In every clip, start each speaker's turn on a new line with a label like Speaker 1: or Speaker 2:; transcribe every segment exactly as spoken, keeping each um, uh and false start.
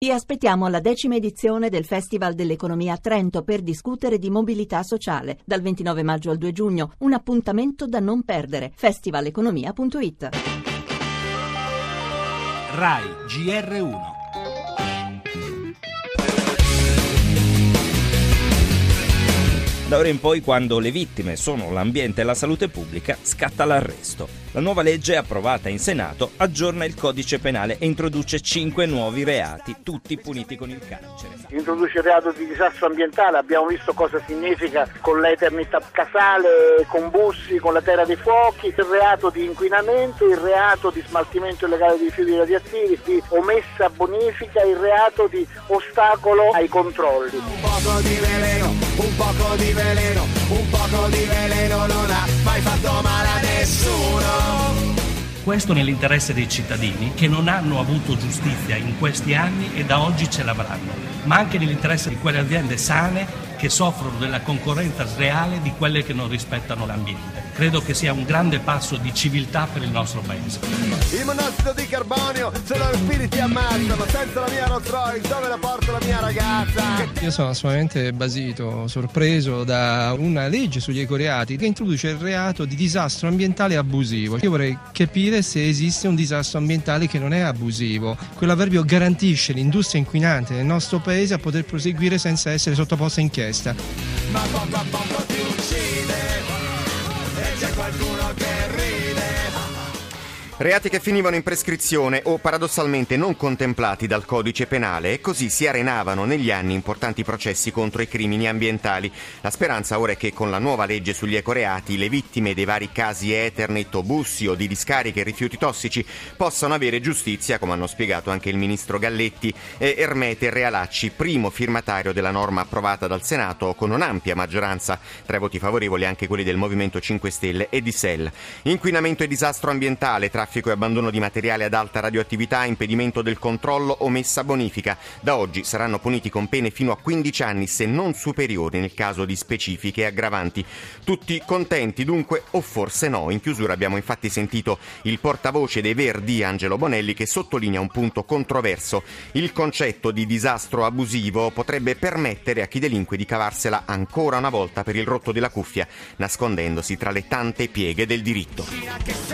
Speaker 1: Vi aspettiamo alla decima edizione del Festival dell'Economia a Trento per discutere di mobilità sociale. Dal ventinove maggio al due giugno, un appuntamento da non perdere. festivaleconomia punto it.
Speaker 2: Rai G R uno. Da ora in poi, quando le vittime sono l'ambiente e la salute pubblica, scatta l'arresto. La nuova legge approvata in Senato aggiorna il codice penale e introduce cinque nuovi reati, tutti puniti con il carcere.
Speaker 3: Introduce il reato di disastro ambientale, abbiamo visto cosa significa con l'eternità casale, con Bussi, con la terra dei fuochi, il reato di inquinamento, il reato di smaltimento illegale di rifiuti radioattivi, di omessa bonifica, il reato di ostacolo ai controlli.
Speaker 4: Un poco di veleno, un poco di veleno, un poco di veleno non ha mai fatto male a nessuno.
Speaker 5: Questo nell'interesse dei cittadini che non hanno avuto giustizia in questi anni e da oggi ce l'avranno, ma anche nell'interesse di quelle aziende sane che soffrono della concorrenza sleale di quelle che non rispettano l'ambiente. Credo che sia un grande passo di civiltà per il nostro paese.
Speaker 4: Il monossido di carbonio, se lo respiri ti ammazzano, senza la mia Rolls Royce dove la porto la mia ragazza?
Speaker 6: Io sono assolutamente basito, sorpreso da una legge sugli ecoreati che introduce il reato di disastro ambientale abusivo. Io vorrei capire se esiste un disastro ambientale che non è abusivo. Quell'avverbio garantisce l'industria inquinante nel nostro paese a poter proseguire senza essere sottoposta a inchiesta.
Speaker 4: Ma poco a poco ti uccide e c'è qualcuno che ride.
Speaker 7: Reati che finivano in prescrizione o paradossalmente non contemplati dal codice penale, e così si arenavano negli anni importanti processi contro i crimini ambientali. La speranza ora è che con la nuova legge sugli ecoreati le vittime dei vari casi Eternit o Bussi o di discariche e rifiuti tossici possano avere giustizia, come hanno spiegato anche il ministro Galletti e Ermete Realacci, primo firmatario della norma approvata dal Senato con un'ampia maggioranza, tra i voti favorevoli anche quelli del Movimento cinque Stelle e di S E L. Inquinamento e disastro ambientale, traffico e abbandono di materiale ad alta radioattività, impedimento del controllo, omessa bonifica. Da oggi saranno puniti con pene fino a quindici anni, se non superiori nel caso di specifiche aggravanti. Tutti contenti dunque, o forse no? In chiusura abbiamo infatti sentito il portavoce dei Verdi, Angelo Bonelli, che sottolinea un punto controverso. Il concetto di disastro abusivo potrebbe permettere a chi delinque di cavarsela ancora una volta per il rotto della cuffia, nascondendosi tra le tante pieghe del diritto.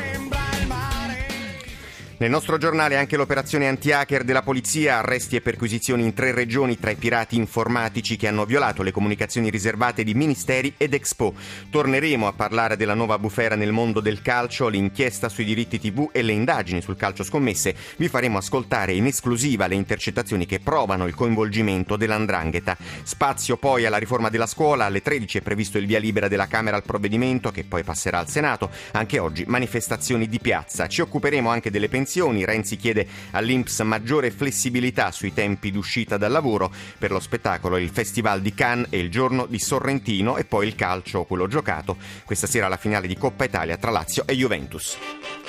Speaker 7: Nel nostro giornale anche l'operazione anti-hacker della polizia, arresti e perquisizioni in tre regioni tra i pirati informatici che hanno violato le comunicazioni riservate di ministeri ed Expo. Torneremo a parlare della nuova bufera nel mondo del calcio, l'inchiesta sui diritti tivù e le indagini sul calcio scommesse. Vi faremo ascoltare in esclusiva le intercettazioni che provano il coinvolgimento dell'Andrangheta. Spazio poi alla riforma della scuola, alle tredici è previsto il via libera della Camera al provvedimento che poi passerà al Senato. Anche oggi manifestazioni di piazza. Ci occuperemo anche delle pensioni. Renzi chiede all'I N P S maggiore flessibilità sui tempi d'uscita dal lavoro. Per lo spettacolo il Festival di Cannes e il giorno di Sorrentino e poi il calcio, quello giocato. Questa sera la finale di Coppa Italia tra Lazio e Juventus.